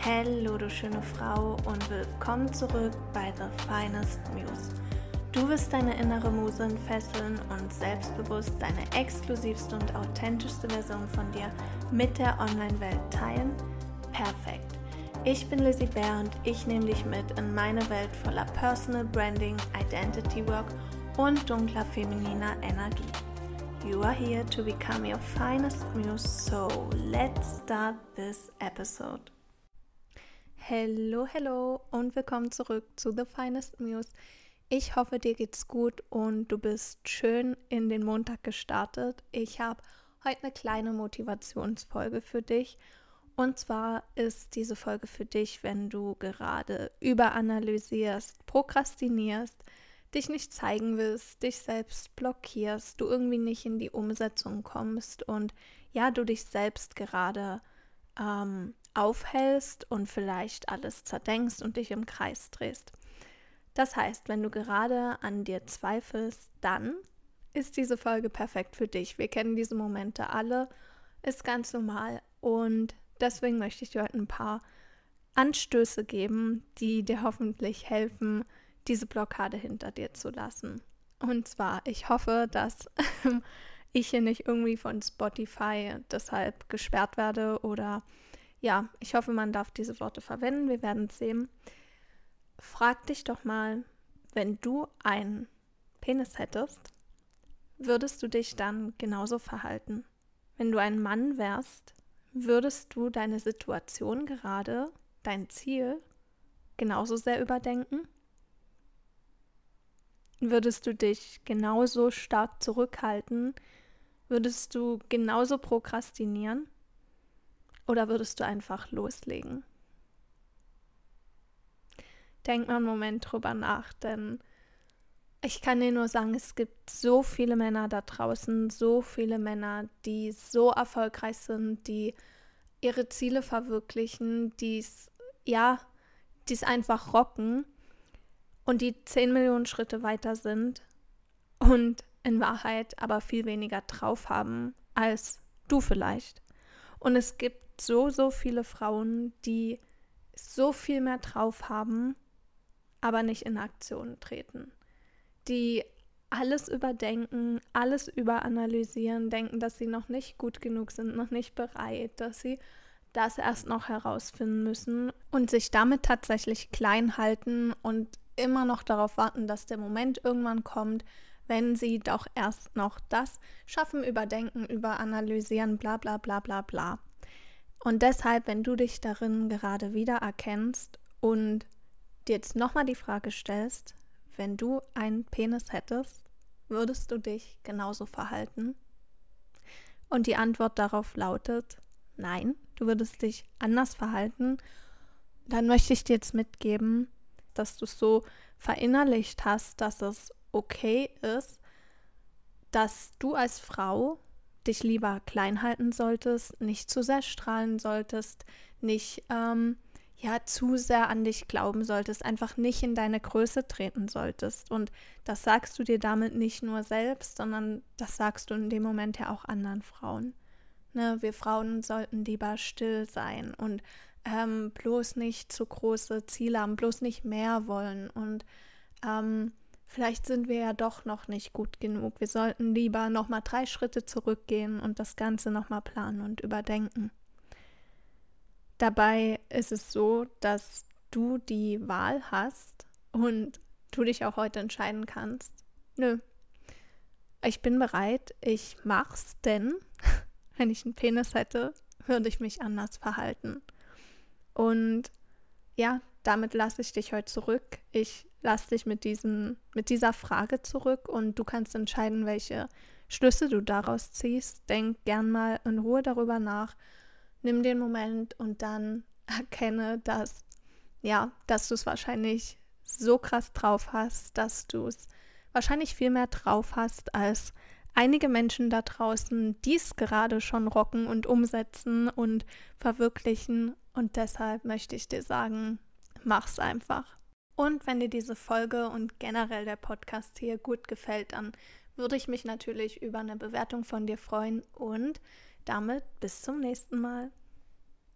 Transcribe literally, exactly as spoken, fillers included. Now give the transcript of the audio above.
Hallo du schöne Frau und willkommen zurück bei The Finest Muse. Du wirst deine innere Muse entfesseln und selbstbewusst deine exklusivste und authentischste Version von dir mit der Online-Welt teilen? Perfekt! Ich bin Lizzie Bär und ich nehme dich mit in meine Welt voller Personal Branding, Identity Work und dunkler femininer Energie. You are here to become your finest muse, so let's start this episode. Hello, hello und willkommen zurück zu The Finest Muse. Ich hoffe, dir geht's gut und du bist schön in den Montag gestartet. Ich habe heute eine kleine Motivationsfolge für dich. Und zwar ist diese Folge für dich, wenn du gerade überanalysierst, prokrastinierst, dich nicht zeigen willst, dich selbst blockierst, du irgendwie nicht in die Umsetzung kommst und ja, du dich selbst gerade ähm, aufhältst und vielleicht alles zerdenkst und dich im Kreis drehst. Das heißt, wenn du gerade an dir zweifelst, dann ist diese Folge perfekt für dich. Wir kennen diese Momente alle, ist ganz normal und deswegen möchte ich dir heute ein paar Anstöße geben, die dir hoffentlich helfen, diese Blockade hinter dir zu lassen. Und zwar, ich hoffe, dass ich hier nicht irgendwie von Spotify deshalb gesperrt werde oder ja, ich hoffe, man darf diese Worte verwenden, wir werden es sehen. Frag dich doch mal, wenn du einen Penis hättest, würdest du dich dann genauso verhalten? Wenn du ein Mann wärst, würdest du deine Situation gerade, dein Ziel, genauso sehr überdenken? Würdest du dich genauso stark zurückhalten? Würdest du genauso prokrastinieren? Oder würdest du einfach loslegen? Denk mal einen Moment drüber nach, denn ich kann dir nur sagen, es gibt so viele Männer da draußen, so viele Männer, die so erfolgreich sind, die ihre Ziele verwirklichen, die es, ja, die es einfach rocken und die zehn Millionen Schritte weiter sind und in Wahrheit aber viel weniger drauf haben als du vielleicht. Und es gibt so, so viele Frauen, die so viel mehr drauf haben, aber nicht in Aktion treten. Die alles überdenken, alles überanalysieren, denken, dass sie noch nicht gut genug sind, noch nicht bereit, dass sie das erst noch herausfinden müssen und sich damit tatsächlich klein halten und immer noch darauf warten, dass der Moment irgendwann kommt, wenn sie doch erst noch das schaffen, überdenken, überanalysieren, bla bla bla bla bla. Und deshalb, wenn du dich darin gerade wiedererkennst und dir jetzt nochmal die Frage stellst, wenn du einen Penis hättest, würdest du dich genauso verhalten? Und die Antwort darauf lautet, nein, du würdest dich anders verhalten. Dann möchte ich dir jetzt mitgeben, dass du es so verinnerlicht hast, dass es okay ist, dass du als Frau dich lieber klein halten solltest, nicht zu sehr strahlen solltest, nicht ähm, ja, zu sehr an dich glauben solltest, einfach nicht in deine Größe treten solltest. Und das sagst du dir damit nicht nur selbst, sondern das sagst du in dem Moment ja auch anderen Frauen. Ne, wir Frauen sollten lieber still sein und ähm, bloß nicht zu große Ziele haben, bloß nicht mehr wollen und ähm, vielleicht sind wir ja doch noch nicht gut genug. Wir sollten lieber nochmal drei Schritte zurückgehen und das Ganze nochmal planen und überdenken. Dabei ist es so, dass du die Wahl hast und du dich auch heute entscheiden kannst. Nö, ich bin bereit, ich mach's, denn wenn ich einen Penis hätte, würde ich mich anders verhalten. Und ja, damit lasse ich dich heute zurück. Ich lasse dich mit, diesen, mit dieser Frage zurück und du kannst entscheiden, welche Schlüsse du daraus ziehst. Denk gern mal in Ruhe darüber nach. Nimm den Moment und dann erkenne, dass, ja, dass du es wahrscheinlich so krass drauf hast, dass du es wahrscheinlich viel mehr drauf hast als einige Menschen da draußen, die es gerade schon rocken und umsetzen und verwirklichen. Und deshalb möchte ich dir sagen, mach's einfach. Und wenn dir diese Folge und generell der Podcast hier gut gefällt, dann würde ich mich natürlich über eine Bewertung von dir freuen und damit bis zum nächsten Mal.